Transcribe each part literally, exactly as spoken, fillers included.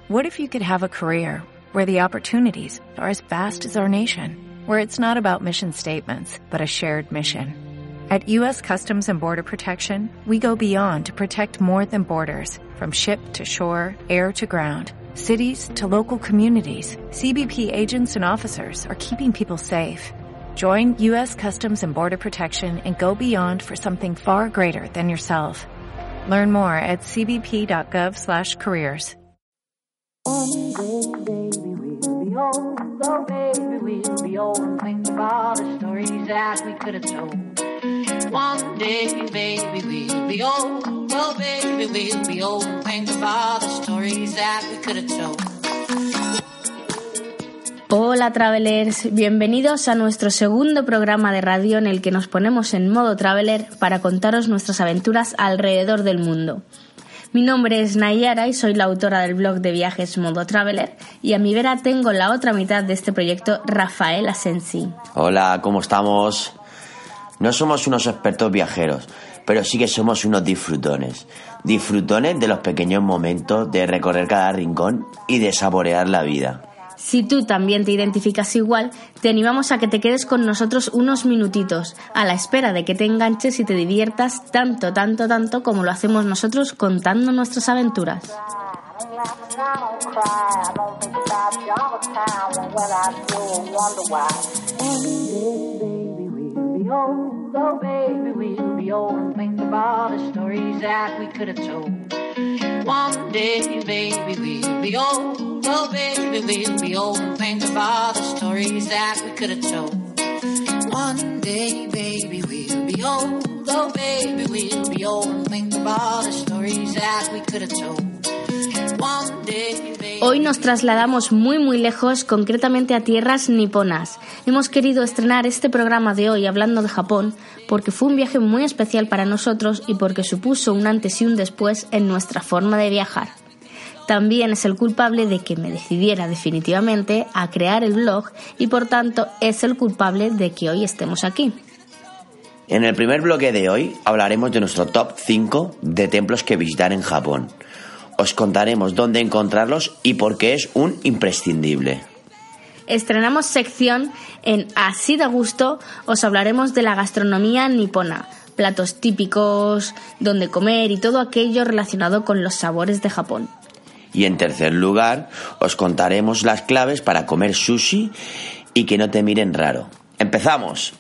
What if you could have a career where the opportunities are as vast as our nation, where it's not about mission statements, but a shared mission? At U S Customs and Border Protection, we go beyond to protect more than borders, from ship to shore, air to ground, cities to local communities. C B P agents and officers are keeping people safe. Join U S Customs and Border Protection and go beyond for something far greater than yourself. Learn more at c b p dot gov slash careers. One day, baby, we'll be old. Oh, baby, we'll be old and think about the stories that we could have told. One day, baby, we'll be old. Oh, baby, we'll be old and think about the stories that we could have told. Hola Travelers, bienvenidos a nuestro segundo programa de radio en el que nos ponemos en modo Traveler para contaros nuestras aventuras alrededor del mundo. Mi nombre es Nayara y soy la autora del blog de viajes Modo Traveler, y a mi vera tengo la otra mitad de este proyecto, Rafael Asensi. Hola, ¿cómo estamos? No somos unos expertos viajeros, pero sí que somos unos disfrutones. Disfrutones de los pequeños momentos, de recorrer cada rincón y de saborear la vida. Si tú también te identificas igual, te animamos a que te quedes con nosotros unos minutitos, a la espera de que te enganches y te diviertas tanto, tanto, tanto como lo hacemos nosotros contando nuestras aventuras. Oh, baby, we'll be old and think about the stories that we could have told. One day, baby, we'll be old. Oh, baby, we'll be old and think about the stories that we could have told. One day, baby, we'll be old. Oh, baby, we'll be old and think about the stories that we could have told. One day, baby. Hoy nos trasladamos muy muy lejos, concretamente a tierras niponas. Hemos querido estrenar este programa de hoy hablando de Japón porque fue un viaje muy especial para nosotros y porque supuso un antes y un después en nuestra forma de viajar. También es el culpable de que me decidiera definitivamente a crear el blog y por tanto es el culpable de que hoy estemos aquí. En el primer bloque de hoy hablaremos de nuestro top cinco de templos que visitar en Japón. Os contaremos dónde encontrarlos y por qué es un imprescindible. Estrenamos sección en Así da gusto, os hablaremos de la gastronomía nipona, platos típicos, dónde comer y todo aquello relacionado con los sabores de Japón. Y en tercer lugar, os contaremos las claves para comer sushi y que no te miren raro. ¡Empezamos!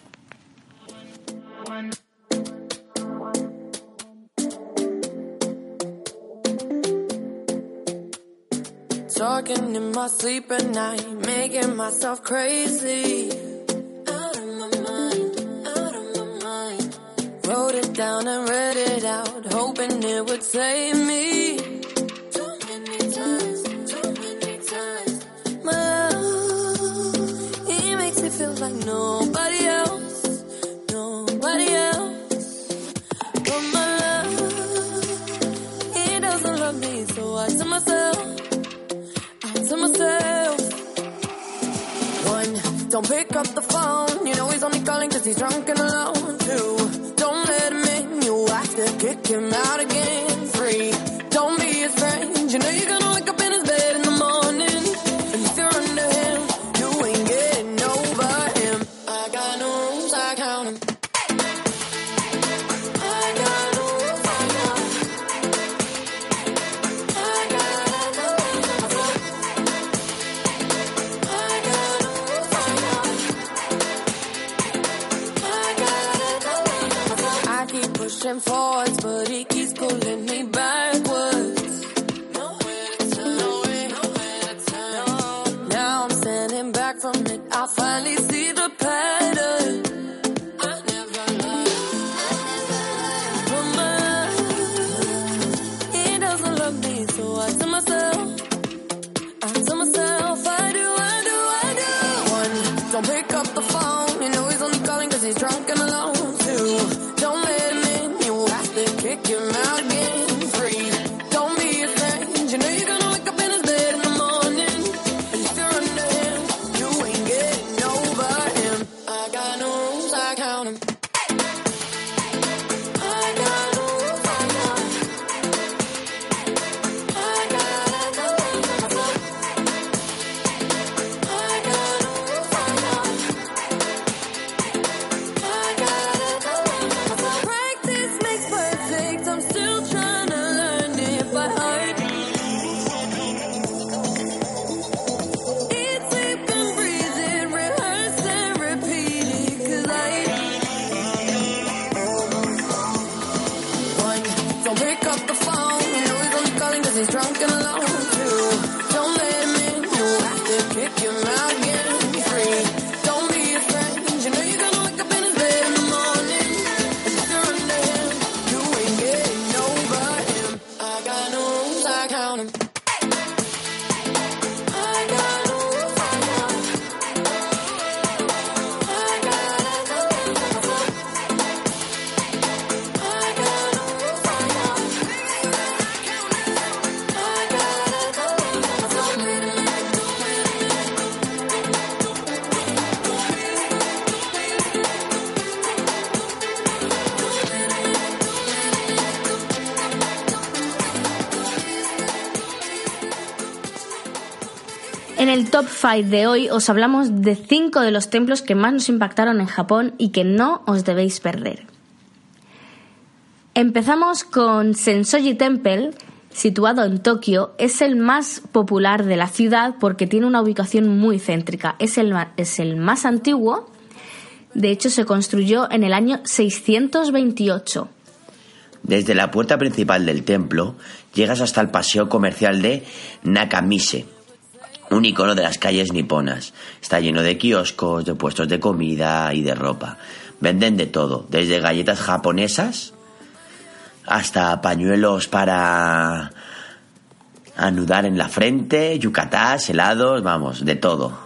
Talking in my sleep at night, making myself crazy. Out of my mind, out of my mind. Wrote it down and read it out, hoping it would save me. Too many times, too many times. My love, he makes me feel like nobody else, nobody else. But my love, he doesn't love me, so I tell myself. To myself. One, don't pick up the phone. You know he's only calling cause he's drunk and alone. Two, don't let him in. You have to kick him out again. Three, don't be his friend. You know you're gonna wake up in his bed in the morning. And if you're under him, you ain't getting over him. I got no rules, I count him. I got no rules, I count him. I got no rules. Pushing forwards, but he keeps pulling me backwards. Nowhere to turn, nowhere, nowhere to turn. Now I'm standing back from it. I finally see the pattern. I never learned. But my, he doesn't love me, so I tell myself, I tell myself, I do, I do, I do. One, don't pick up the phone. You know he's only calling cause he's drunk and alone. Two, don't let him in. Kick him out again. Three, don't be his friend. You know you're gonna wake up in his bed in the morning. And if you're under him, you ain't getting over him. I got no rules, I count him. I got no rules, I count him. I got no rules. out too. Don't let him in, you have to kick him out again. Be free, don't be a friend. You know you're gonna wake up in his bed in the morning. And if you're under him, you ain't getting over him. I got no rules, I count 'em. I got no rules, I count 'em. I got no rules, I count 'em. I got no rules, I count 'em. I got no rules, I count 'em. En el Top cinco de hoy os hablamos de cinco de los templos que más nos impactaron en Japón y que no os debéis perder. Empezamos con Sensoji Temple, situado en Tokio. Es el más popular de la ciudad porque tiene una ubicación muy céntrica. Es el, ma- es el más antiguo. De hecho, se construyó en el año seiscientos veintiocho. Desde la puerta principal del templo llegas hasta el paseo comercial de Nakamise, un icono de las calles niponas. Está lleno de kioscos, de puestos de comida y de ropa. Venden de todo, desde galletas japonesas hasta pañuelos para anudar en la frente, yucatás, helados, vamos, de todo.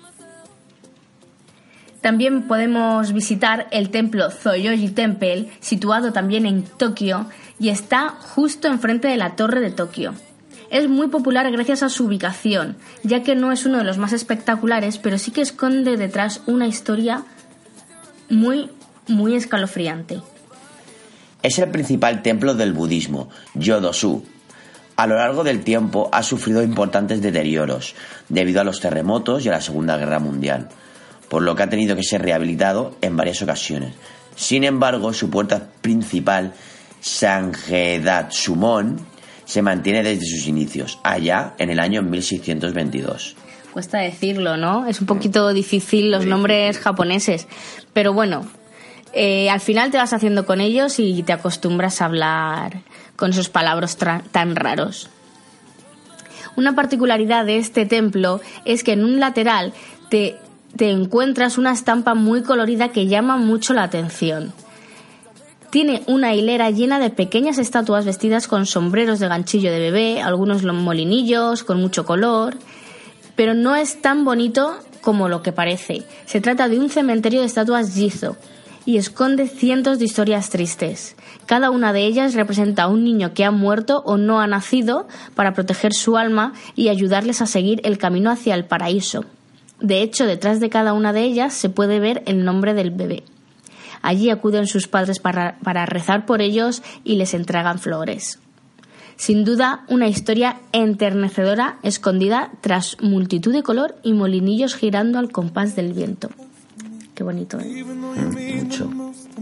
También podemos visitar el templo Zoyoji Temple, situado también en Tokio, y está justo enfrente de la Torre de Tokio. Es muy popular gracias a su ubicación, ya que no es uno de los más espectaculares, pero sí que esconde detrás una historia muy, muy escalofriante. Es el principal templo del budismo, Yodo-su. A lo largo del tiempo ha sufrido importantes deterioros debido a los terremotos y a la Segunda Guerra Mundial, por lo que ha tenido que ser rehabilitado en varias ocasiones. Sin embargo, su puerta principal, Sangedatsumon, se mantiene desde sus inicios, allá en el año mil seiscientos veintidós. Cuesta decirlo, ¿no? Es un poquito difícil los nombres japoneses, pero bueno, eh, al final te vas haciendo con ellos y te acostumbras a hablar con esos palabras tra- tan raros. Una particularidad de este templo es que en un lateral te, te encuentras una estampa muy colorida que llama mucho la atención. Tiene una hilera llena de pequeñas estatuas vestidas con sombreros de ganchillo de bebé, algunos molinillos con mucho color, pero no es tan bonito como lo que parece. Se trata de un cementerio de estatuas Gizo y esconde cientos de historias tristes. Cada una de ellas representa a un niño que ha muerto o no ha nacido para proteger su alma y ayudarles a seguir el camino hacia el paraíso. De hecho, detrás de cada una de ellas se puede ver el nombre del bebé. Allí acuden sus padres para, para rezar por ellos y les entregan flores. Sin duda, una historia enternecedora escondida tras multitud de color y molinillos girando al compás del viento. Qué bonito, ¿eh? Mm, mucho.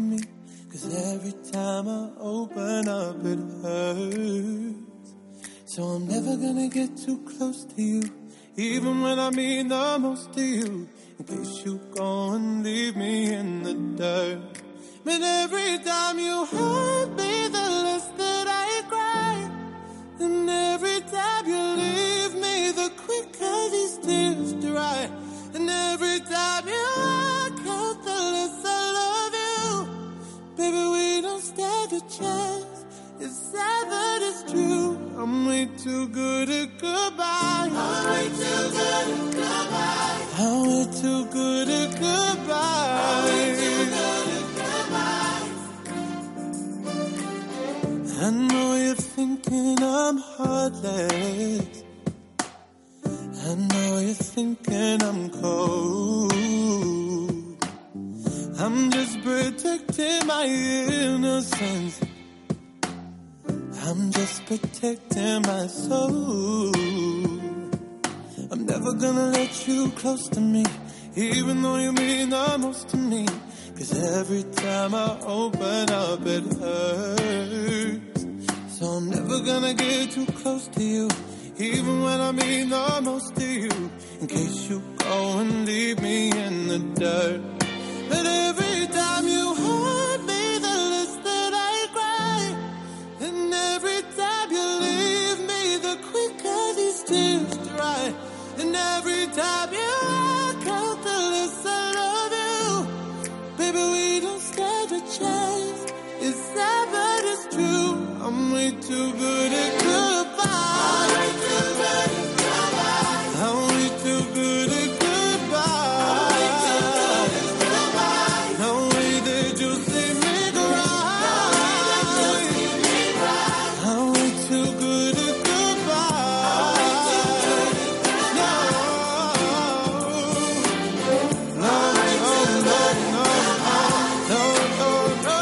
In case you go and leave me in the dirt. But every time you hurt me, the less that I cry. And every time you leave me, the quicker these tears dry. And every time you walk out, the less I love you. Baby, we don't stand a chance. It's sad that it's true. I'm way too good at goodbye. I'm way too good at goodbye. I'm way too good at goodbye. I'm way too good at goodbye. I know you're thinking I'm heartless. I know you're thinking I'm cold. I'm just protecting my innocence. I'm just protecting my soul. I'm never gonna let you close to me, even though you mean the most to me. Cause every time I open up it hurts. So I'm never gonna get too close to you, even when I mean the most to you. In case you go and leave me in the dirt. But every time you hurt me, the less that I cry. And every time you leave me, the quicker And every time you walk out the list, I love you. Baby, we don't stand a chance. It's sad, but it's true. I'm way too good at goodbye. I'm way too good at goodbye. I'm way too good at goodbye. No way that you'll see me cry. I'm way too good at goodbye. No, no, no, no, no, no, no,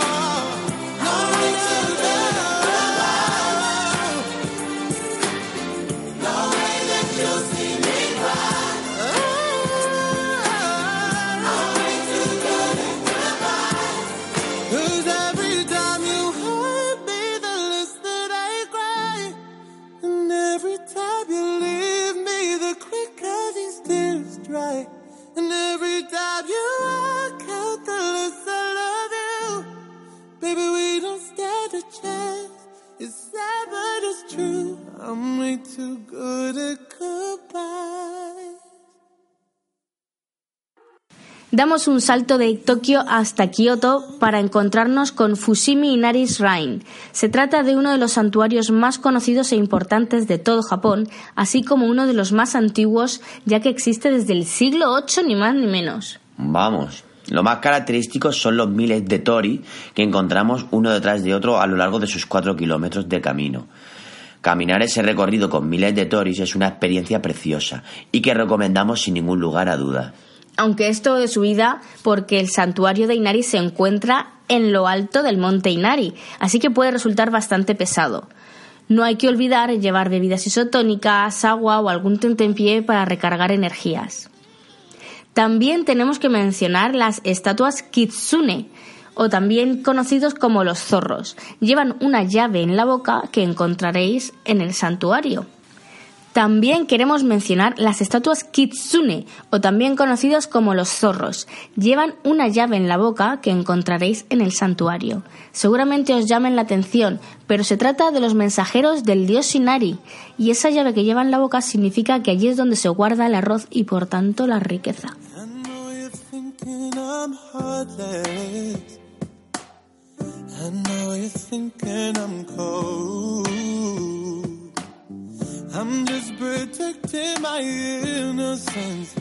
Cause every time you hurt me, the less that I cry. And every time you leave me, the quicker these tears dry. And every time you walk out, the less I love you. Baby, we don't stand a chance. It's sad, but it's true. I'm way too good at goodbye. Damos un salto de Tokio hasta Kioto para encontrarnos con Fushimi Inari Shrine. Se trata de uno de los santuarios más conocidos e importantes de todo Japón, así como uno de los más antiguos, ya que existe desde el siglo ocho, ni más ni menos. Vamos, lo más característico son los miles de tori que encontramos uno detrás de otro a lo largo de sus cuatro kilómetros de camino. Caminar ese recorrido con miles de toris es una experiencia preciosa y que recomendamos sin ningún lugar a duda. Aunque esto de subida porque el santuario de Inari se encuentra en lo alto del monte Inari, así que puede resultar bastante pesado. No hay que olvidar llevar bebidas isotónicas, agua o algún tentempié para recargar energías. También tenemos que mencionar las estatuas Kitsune, o también conocidos como los zorros. Llevan una llave en la boca que encontraréis en el santuario. También queremos mencionar las estatuas Kitsune, o también conocidos como los zorros. Llevan una llave en la boca que encontraréis en el santuario. Seguramente os llamen la atención, pero se trata de los mensajeros del dios Inari, y esa llave que lleva en la boca significa que allí es donde se guarda el arroz y por tanto la riqueza. I'm just protecting my innocence.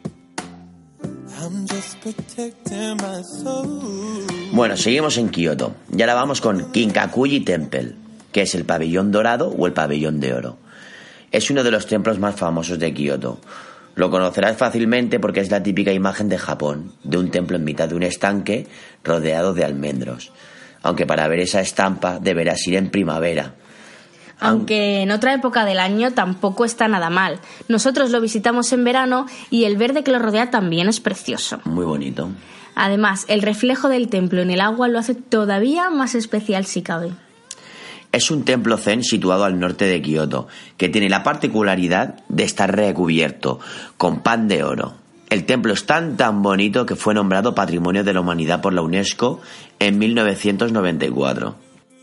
I'm just protecting my soul. Bueno, seguimos en Kioto. Y ahora vamos con Kinkakuji Temple, que es el pabellón dorado o el pabellón de oro. Es uno de los templos más famosos de Kioto. Lo conocerás fácilmente porque es la típica imagen de Japón, de un templo en mitad de un estanque rodeado de almendros. Aunque para ver esa estampa deberás ir en primavera. Aunque en otra época del año tampoco está nada mal. Nosotros lo visitamos en verano y el verde que lo rodea también es precioso. Muy bonito. Además, el reflejo del templo en el agua lo hace todavía más especial si cabe. Es un templo zen situado al norte de Kioto, que tiene la particularidad de estar recubierto con pan de oro. El templo es tan tan bonito que fue nombrado Patrimonio de la Humanidad por la UNESCO en mil novecientos noventa y cuatro.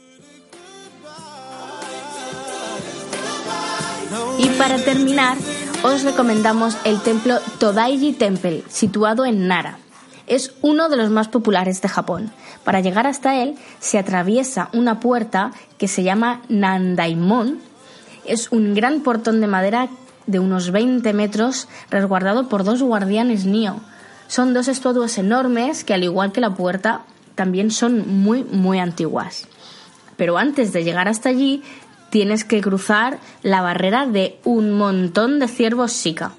Y para terminar, os recomendamos el templo Todaiji Temple, situado en Nara. Es uno de los más populares de Japón. Para llegar hasta él se atraviesa una puerta que se llama Nandaimon. Es un gran portón de madera de unos veinte metros resguardado por dos guardianes Nio. Son dos estatuas enormes que, al igual que la puerta, también son muy, muy antiguas. Pero antes de llegar hasta allí, tienes que cruzar la barrera de un montón de ciervos shika.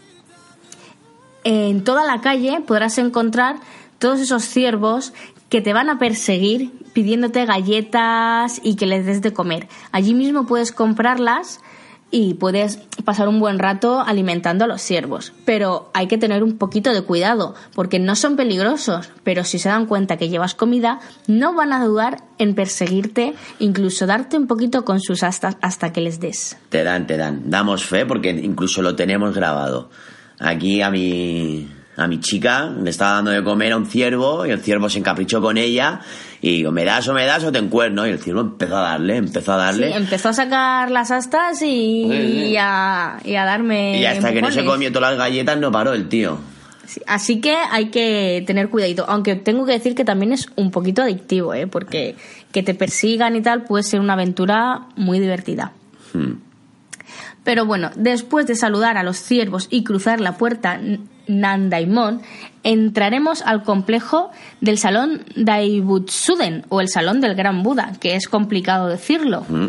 En toda la calle podrás encontrar todos esos ciervos que te van a perseguir pidiéndote galletas y que les des de comer. Allí mismo puedes comprarlas y puedes pasar un buen rato alimentando a los ciervos. Pero hay que tener un poquito de cuidado, porque no son peligrosos, pero si se dan cuenta que llevas comida, no van a dudar en perseguirte, incluso darte un poquito con sus astas hasta que les des. Te dan, te dan. Damos fe porque incluso lo tenemos grabado. Aquí a mi, A mi chica le estaba dando de comer a un ciervo y el ciervo se encaprichó con ella y digo, ¿me das o me das o te encuerno? Y el ciervo empezó a darle, empezó a darle. Sí, empezó a sacar las astas y, sí, sí. y, a, y a darme Y hasta empujones. que no se comió todas las galletas no paró el tío. Sí, así que hay que tener cuidadito, aunque tengo que decir que también es un poquito adictivo, ¿eh? Porque que te persigan y tal puede ser una aventura muy divertida. Hmm. Pero bueno, después de saludar a los ciervos y cruzar la puerta Nandaimon, entraremos al complejo del Salón Daibutsuden, o el Salón del Gran Buda, que es complicado decirlo. Hmm.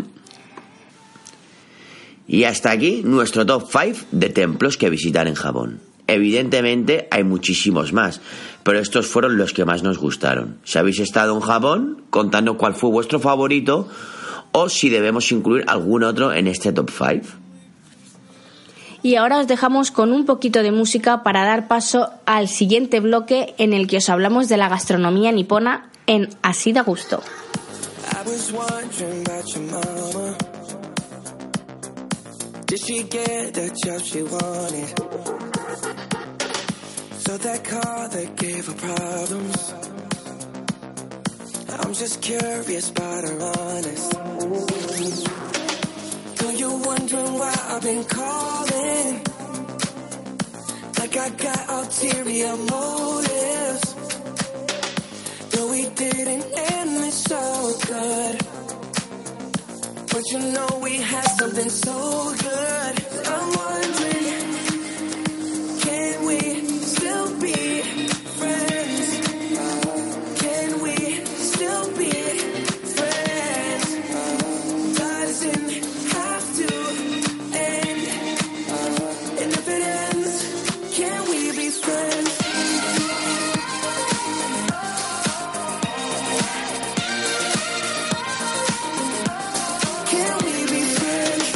Y hasta aquí nuestro top cinco de templos que visitar en Japón. Evidentemente hay muchísimos más, pero estos fueron los que más nos gustaron. Si habéis estado en Japón, contadnos cuál fue vuestro favorito o si debemos incluir algún otro en este top cinco. Y ahora os dejamos con un poquito de música para dar paso al siguiente bloque en el que os hablamos de la gastronomía nipona en Así da gusto. I was wondering about your mama. Did she get the job she wanted? So that car that gave her problems. I'm just curious about her honest. So you're wondering why I've been calling, like I got ulterior motives. Though we didn't end this so good, but you know we had something so good. I'm wondering, can we still be friends? Can we still be friends? Doesn't have to end. And if it ends, can we be friends? Can we be friends?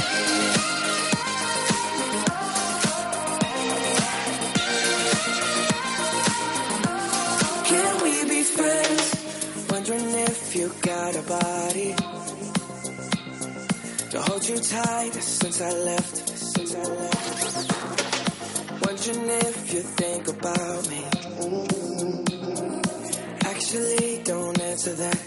Can we be friends? Wondering if you got a body to hold you tight since I left. Since I left. Wondering if you think about me. Actually, don't answer that.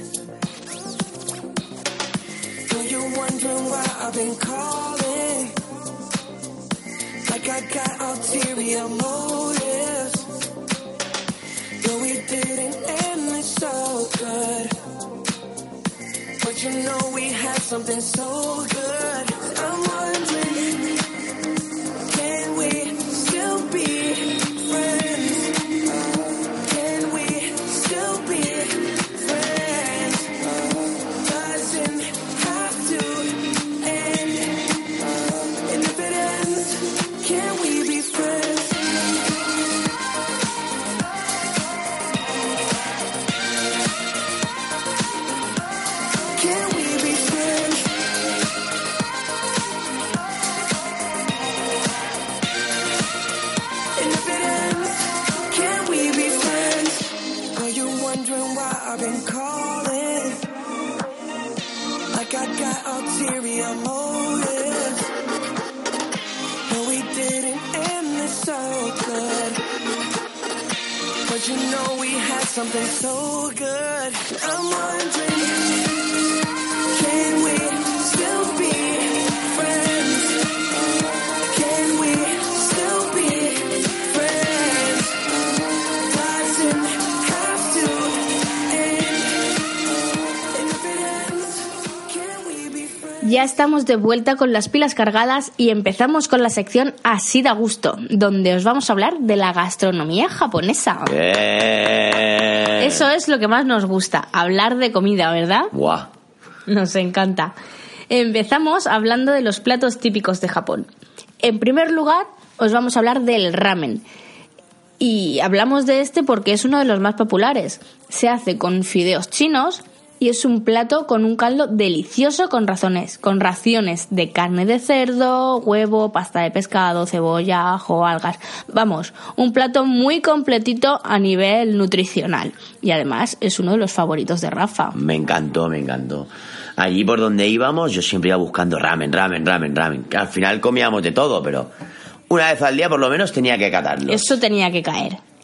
So you're wondering why I've been calling, like I got ulterior motives. Though we didn't end it so good, but you know we had something so good. I'm wondering, can we still be friends? Can we still be friends? Doesn't have to end. And if it ends, can we be friends? Can we be friends? And if it ends, can we be friends? Are you wondering why I've been calling, like I got ulterior motives? No, we didn't end this so good, but you know we had something so good. I'm wondering, can we still be friends? Can we still be friends? Doesn't have to end. And if it ends, can we be friends? Ya estamos de vuelta con las pilas cargadas y empezamos con la sección Así da gusto, donde os vamos a hablar de la gastronomía japonesa. Eh... Eso es lo que más nos gusta, hablar de comida, ¿verdad? Buah. Nos encanta. Empezamos hablando de los platos típicos de Japón. En primer lugar, os vamos a hablar del ramen. Y hablamos de este porque es uno de los más populares. Se hace con fideos chinos y es un plato con un caldo delicioso con razones, con raciones de carne de cerdo, huevo, pasta de pescado, cebolla, ajo, algas. Vamos, un plato muy completito a nivel nutricional. Y además es uno de los favoritos de Rafa. Me encantó, me encantó. Allí por donde íbamos yo siempre iba buscando ramen, ramen, ramen, ramen. Al final comíamos de todo, pero una vez al día por lo menos tenía que catarlo. Eso tenía que caer.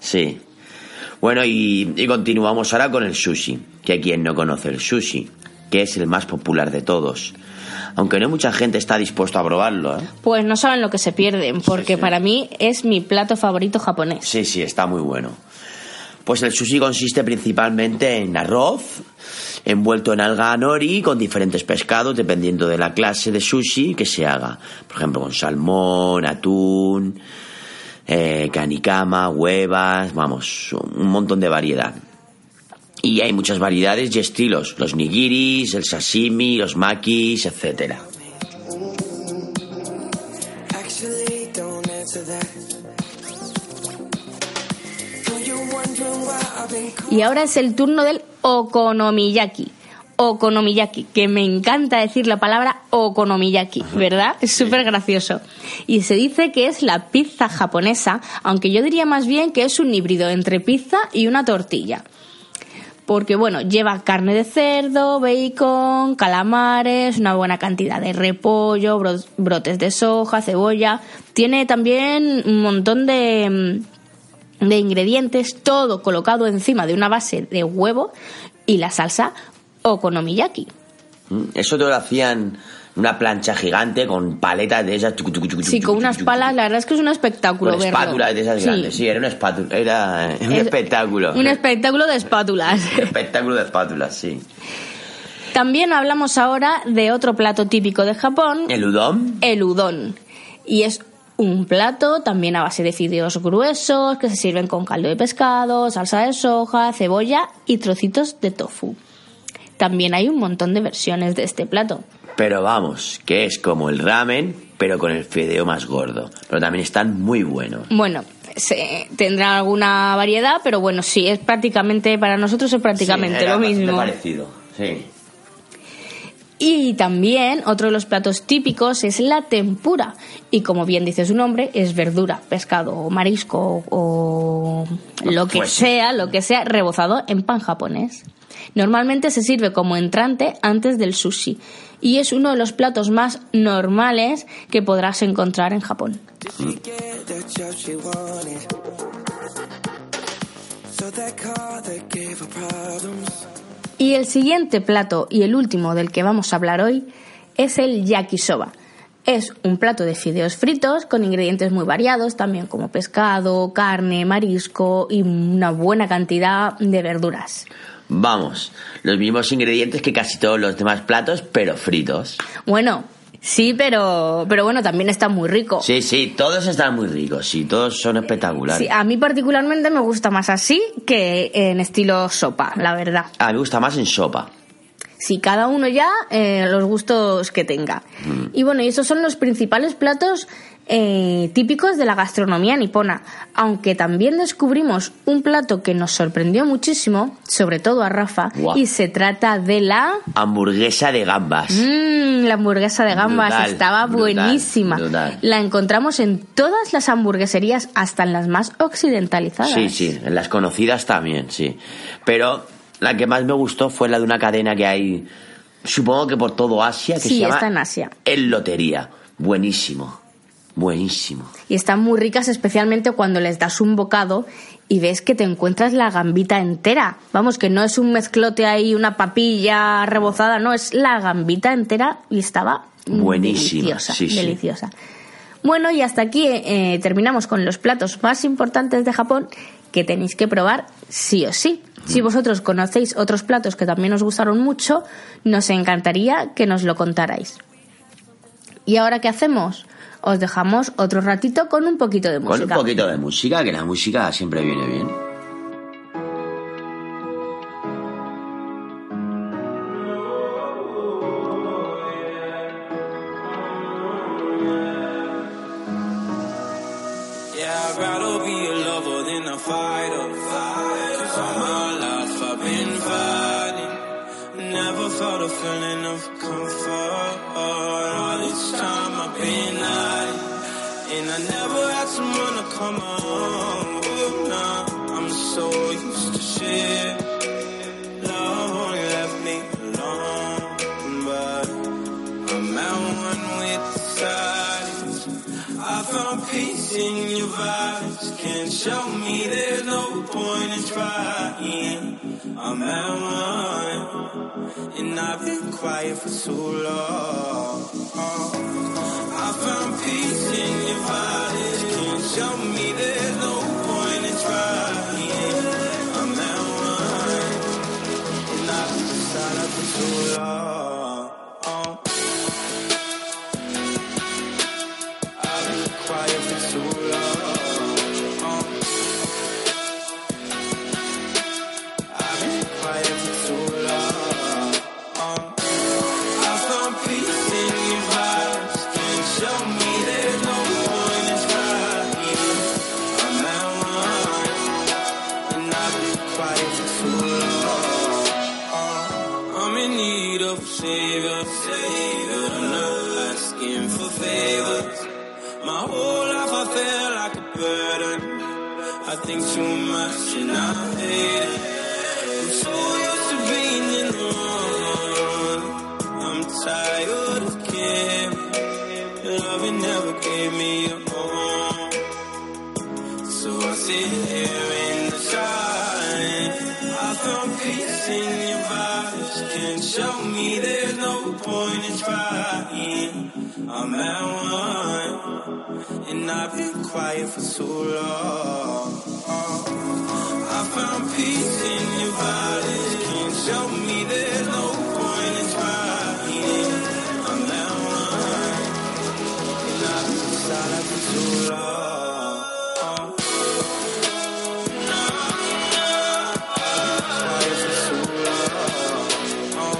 Sí. Bueno, y, y continuamos ahora con el sushi, que quien no conoce el sushi, que es el más popular de todos. Aunque no mucha gente está dispuesta a probarlo, ¿eh? Pues no saben lo que se pierden, porque Sí, sí. para mí es mi plato favorito japonés. Sí, sí, está muy bueno. Pues el sushi consiste principalmente en arroz, envuelto en alga nori, con diferentes pescados, dependiendo de la clase de sushi que se haga. Por ejemplo, con salmón, atún, eh, canicama, huevas, vamos, un montón de variedad. Y hay muchas variedades y estilos, los nigiris, el sashimi, los makis, etcétera. Actually, don't answer that. Know you're wondering why I've been Y ahora es el turno del okonomiyaki. Okonomiyaki, que me encanta decir la palabra okonomiyaki, ¿verdad? Es súper gracioso. Y se dice que es la pizza japonesa, aunque yo diría más bien que es un híbrido entre pizza y una tortilla. Porque, bueno, lleva carne de cerdo, bacon, calamares, una buena cantidad de repollo, bro- brotes de soja, cebolla. Tiene también un montón de, de ingredientes, todo colocado encima de una base de huevo y la salsa okonomiyaki. Eso te lo hacían una plancha gigante con paletas de esas. Tucu, tucu, tucu, Sí, tucu, con tucu, unas tucu, palas, la verdad es que es un espectáculo con verlo. espátulas de esas Sí. grandes. Sí, era una espátula, era un Es- espectáculo. Un espectáculo de espátulas. Un espectáculo de espátulas, sí. También hablamos ahora de otro plato típico de Japón, El udon. el udon. Y es un plato también a base de fideos gruesos que se sirven con caldo de pescado, salsa de soja, cebolla y trocitos de tofu. También hay un montón de versiones de este plato. Pero vamos, que es como el ramen, pero con el fideo más gordo. Pero también están muy buenos. Bueno, se, tendrá alguna variedad, pero bueno, sí, es prácticamente, para nosotros es prácticamente Sí, era lo bastante mismo. parecido, sí. Y también otro de los platos típicos es la tempura. Y como bien dice su nombre, es verdura, pescado o marisco o lo que Pues sí. sea, lo que sea, rebozado en pan japonés. Normalmente se sirve como entrante antes del sushi y es uno de los platos más normales que podrás encontrar en Japón. get the job she wanted. So that car that gave her problems. Y el siguiente plato y el último del que vamos a hablar hoy es el yakisoba. Es un plato de fideos fritos con ingredientes muy variados, también como pescado, carne, marisco y una buena cantidad de verduras. Vamos, los mismos ingredientes que casi todos los demás platos, pero fritos. Bueno, sí, pero, pero bueno, también está muy rico. Sí, sí, todos están muy ricos, sí, todos son espectaculares. Sí, a mí particularmente me gusta más así que en estilo sopa, la verdad. A mí me gusta más en sopa. Sí, cada uno ya eh, los gustos que tenga. Mm. Y bueno, y estos son los principales platos eh, típicos de la gastronomía nipona. Aunque también descubrimos un plato que nos sorprendió muchísimo, sobre todo a Rafa, Guau. y se trata de la... Hamburguesa de gambas. Mmm, la hamburguesa de gambas Brutal, estaba brutal, buenísima. brutal. La encontramos en todas las hamburgueserías, hasta en las más occidentalizadas. Sí, sí, en las conocidas también, sí. Pero la que más me gustó fue la de una cadena que hay, supongo que por todo Asia, que Sí, se llama está en Asia. El Lotería. Buenísimo, buenísimo. Y están muy ricas, especialmente cuando les das un bocado y ves que te encuentras la gambita entera. Vamos, que no es un mezclote ahí, una papilla rebozada, no, es la gambita entera y estaba Buenísima, deliciosa, sí, sí. deliciosa. Bueno, y hasta aquí eh, terminamos con los platos más importantes de Japón que tenéis que probar sí o sí. Si vosotros conocéis otros platos que también os gustaron mucho, nos encantaría que nos lo contarais. ¿Y ahora qué hacemos? Os dejamos otro ratito con un poquito de Con música. un poquito de música, que la música siempre viene bien. Yeah, I'd rather be a lover than a fighter. Cause all my life I've been fighting. Never felt a feeling of comfort. All this time I've been hiding. And I never had someone to come on. Oh, nah, I'm so used to shit. Love only left me alone. But I'm at one with the silence. I I found peace in your vibes. Can't show me there's no point in trying. I'm at one, and I've been quiet for so long. I found peace in your vibes. Can't show me there's no point in trying. I'm at one, and I've been silent for so long. I've been quiet for too long. I've been quiet for too long. I found peace in your vibes. Can't show me there's no point in trying. I'm at one, and I've been quiet for too long. I'm in need of a savior, savior. I'm not asking for favors. My whole life I feel like a burden. I think too much and I hate it. I'm so used to being in the wrong. I'm tired of caring. Love never gave me a home. So I sit here in the shine. I found peace in your vibes. Can't show me there's no point in trying. I'm at one, and I've been quiet for so long. I found peace in your body. Can't show me there's no point in trying. I'm at one, and I've been silent for so long. I've been quiet for so long.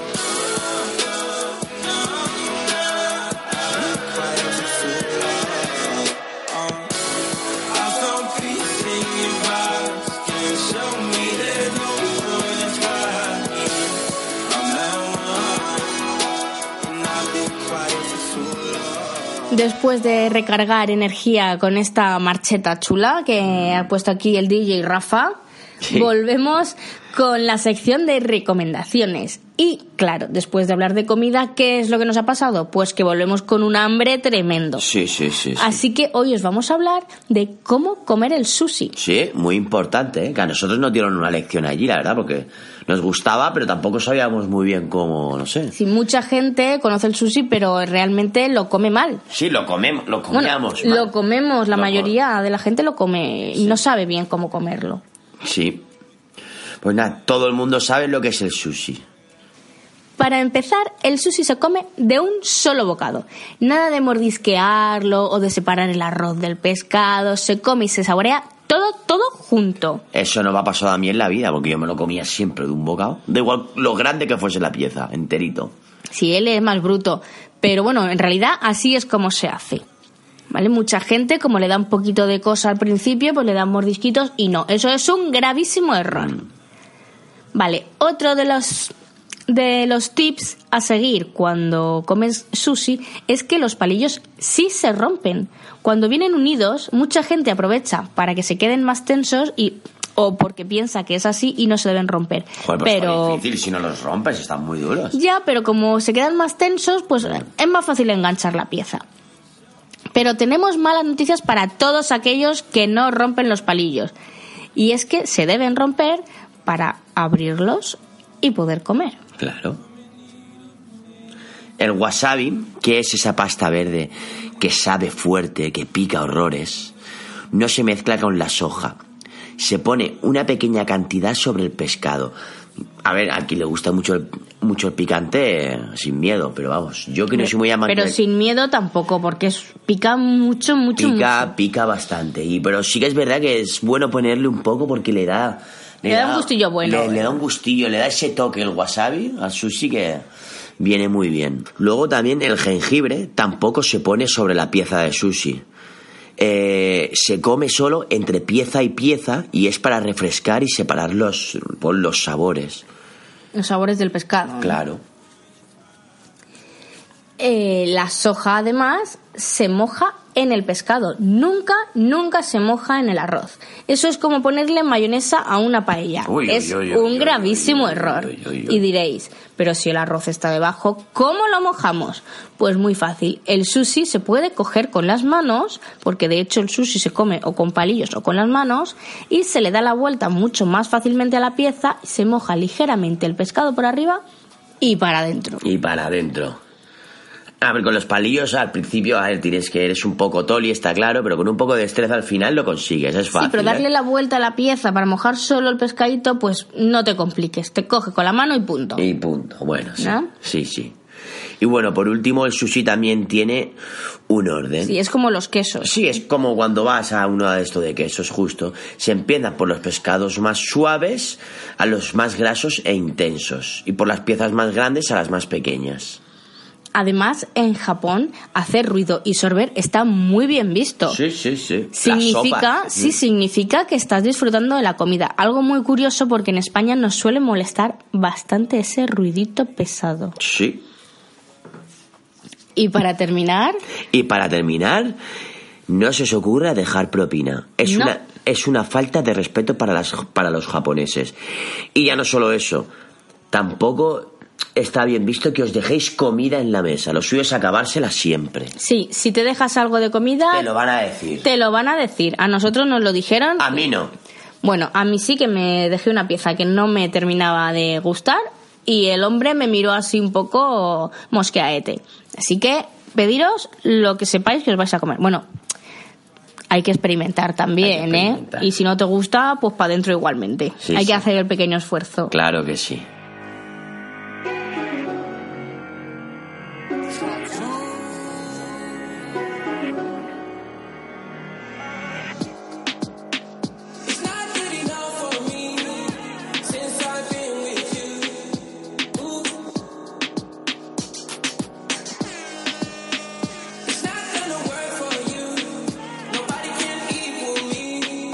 Después de recargar energía con esta marcheta chula que ha puesto aquí el D J Rafa, sí, volvemos con la sección de recomendaciones. Y claro, después de hablar de comida, ¿qué es lo que nos ha pasado? Pues que volvemos con un hambre tremendo. Sí, sí, sí. sí. Así que hoy os vamos a hablar de cómo comer el sushi. Sí, muy importante, ¿eh? Que a nosotros nos dieron una lección allí, la verdad, porque nos gustaba, pero tampoco sabíamos muy bien cómo, no sé. Sí, mucha gente conoce el sushi, pero realmente lo come mal. Sí, lo comemos, lo comíamos bueno, mal. Lo comemos, la lo mayoría com- de la gente lo come y sí, no sabe bien cómo comerlo. Sí. Pues nada, todo el mundo sabe lo que es el sushi. Para empezar, el sushi se come de un solo bocado. Nada de mordisquearlo o de separar el arroz del pescado. Se come y se saborea todo, todo junto. Eso no me ha pasado a mí en la vida, porque yo me lo comía siempre de un bocado. Da igual lo grande que fuese la pieza, enterito. Sí, él es más bruto. Pero bueno, en realidad así es como se hace. ¿Vale? Mucha gente, como le da un poquito de cosa al principio, pues le dan mordisquitos y no. Eso es un gravísimo error. Mm. Vale, otro de los... de los tips a seguir cuando comes sushi es que los palillos sí se rompen. Cuando vienen unidos, mucha gente aprovecha para que se queden más tensos y o porque piensa que es así y no se deben romper. Joder, pues pero es difícil si no los rompes, están muy duros. Ya, pero como se quedan más tensos, pues sí, es más fácil enganchar la pieza. Pero tenemos malas noticias para todos aquellos que no rompen los palillos. Y es que se deben romper para abrirlos y poder comer. Claro. El wasabi, que es esa pasta verde que sabe fuerte, que pica horrores, no se mezcla con la soja. Se pone una pequeña cantidad sobre el pescado. A ver, a quien le gusta mucho el, mucho el picante, sin miedo, pero vamos, yo que no soy muy amante. Pero sin miedo tampoco, porque es, pica mucho, mucho, pica, mucho. Pica bastante, y pero sí que es verdad que es bueno ponerle un poco porque le da... Le, le da, da un gustillo bueno. Le, le da un gustillo, le da ese toque el wasabi al sushi que viene muy bien. Luego también el jengibre tampoco se pone sobre la pieza de sushi. Eh, se come solo entre pieza y pieza y es para refrescar y separar los, los sabores. Los sabores del pescado. Claro. Eh, la soja además se moja en el pescado. Nunca, nunca se moja en el arroz. Eso es como ponerle mayonesa a una paella. Uy, es uy, uy, un uy, gravísimo uy, uy, error. uy, uy, uy. Y diréis, pero si el arroz está debajo, ¿cómo lo mojamos? Pues muy fácil. El sushi se puede coger con las manos, porque de hecho el sushi se come o con palillos o con las manos, y se le da la vuelta mucho más fácilmente a la pieza, se moja ligeramente el pescado por arriba y para adentro. Y para adentro. A ver, con los palillos al principio, a ver, tienes que eres un poco toli, está claro, pero con un poco de destreza al final lo consigues, es fácil. Sí, pero darle ¿eh? la vuelta a la pieza para mojar solo el pescadito, pues no te compliques, te coge con la mano y punto. Y punto, bueno, sí, ¿no? sí, sí. Y bueno, por último, el sushi también tiene un orden. Sí, es como los quesos. Sí, es como cuando vas a uno de estos de quesos, justo. Se empieza por los pescados más suaves a los más grasos e intensos, y por las piezas más grandes a las más pequeñas. Además, en Japón, hacer ruido y sorber está muy bien visto. Sí, sí, sí. Significa, La sopa. sí, significa que estás disfrutando de la comida. Algo muy curioso porque en España nos suele molestar bastante ese ruidito pesado. Sí. Y para terminar... Y para terminar, no se os ocurra dejar propina. Es, No. una, es una falta de respeto para, las, para los japoneses. Y ya no solo eso, tampoco está bien visto que os dejéis comida en la mesa. Lo suyo es acabársela siempre. Sí, si te dejas algo de comida... Te lo van a decir. Te lo van a decir. A nosotros nos lo dijeron. A mí no. Bueno, a mí sí que me dejé una pieza que no me terminaba de gustar y el hombre me miró así un poco mosqueaete. Así que pediros lo que sepáis que os vais a comer. Bueno, hay que experimentar también, Hay que experimentar. ¿eh? Y si no te gusta, pues para adentro igualmente. Sí, hay sí. que hacer el pequeño esfuerzo. Claro que sí. It's not good enough for me since I've been with you. Ooh. It's not gonna work for you. Nobody can equal me.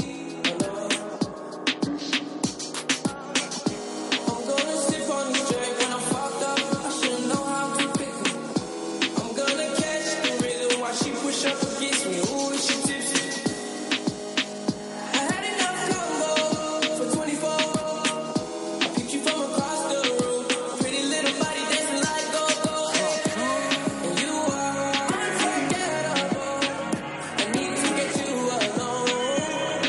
I'm gonna sip on this drink when I'm fucked up. I should know how to pick it. I'm gonna catch the rhythm while she push up against me. Ooh, she tipsy. I had enough combo for twenty-four. I picked you from across the room. Pretty little body dancing like go-go. And you are unforgettable. I need to get you alone.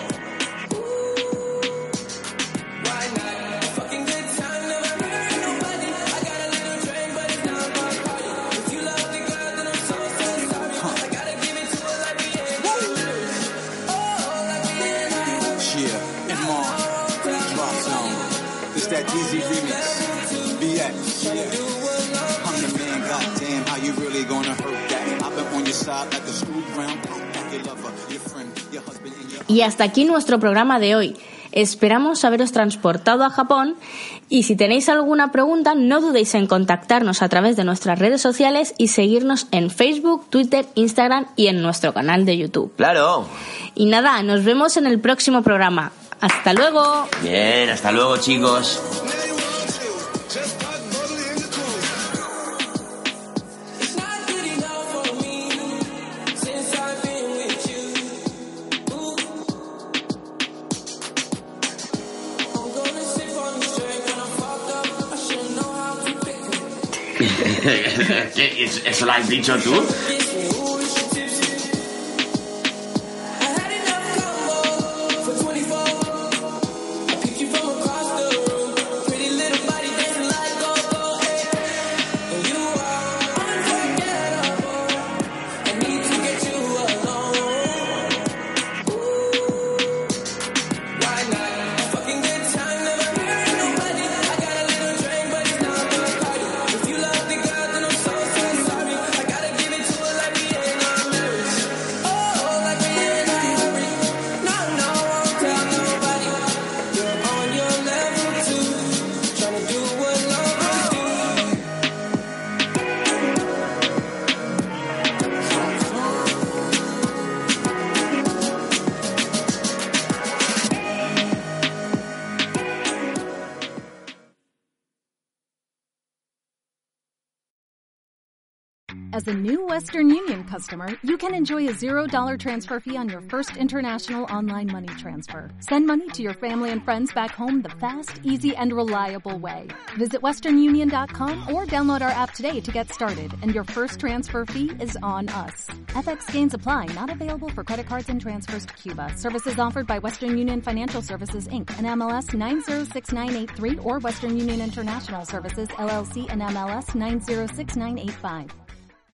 Why not? Fucking good time, never hurt nobody. I got a little drink, but it's not my party. If you love the girl, then I'm so, so sorry. I gotta give it to her like we ain't married. Oh, like we ain't married. Yeah, and Mar, Drop Zone. This that D Z remix. B X. Yeah. I'm the man, goddamn, how you really gonna hurt that? I've been on your side like a screw ground. Your lover, your friend, your husband, and your... Y hasta aquí nuestro programa de hoy. Esperamos haberos transportado a Japón y si tenéis alguna pregunta no dudéis en contactarnos a través de nuestras redes sociales y seguirnos en Facebook, Twitter, Instagram y en nuestro canal de YouTube. Claro. Y nada, nos vemos en el próximo programa. ¡Hasta luego! Bien, hasta luego, chicos. It's not good enough for me since I've been with you. Ooh. I'm gonna sip on this drink when I'm fucked up. I should know how to pick it. ¿Eso lo has dicho tú? Kiss me, ooh, she tipsy. I had enough combo for twenty-four. I picked you from across the room. Pretty little body dancing like go-go. And you are unforgettable. I need to get you alone. Why not? Fucking good time, never hurt nobody. I got a little drink, but it's not my party. If you love the girl, then I'm so, so sorry. I gotta give it to her As a new Western Union customer, you can enjoy a zero dollar transfer fee on your first international online money transfer. Send money to your family and friends back home the fast, easy, and reliable way. Visit western union dot com or download our app today to get started, and your first transfer fee is on us. F X gains apply, not available for credit cards and transfers to Cuba. Services offered by Western Union Financial Services, Incorporated and M L S nine zero six nine eight three or Western Union International Services, L L C and M L S nine zero six nine eight five.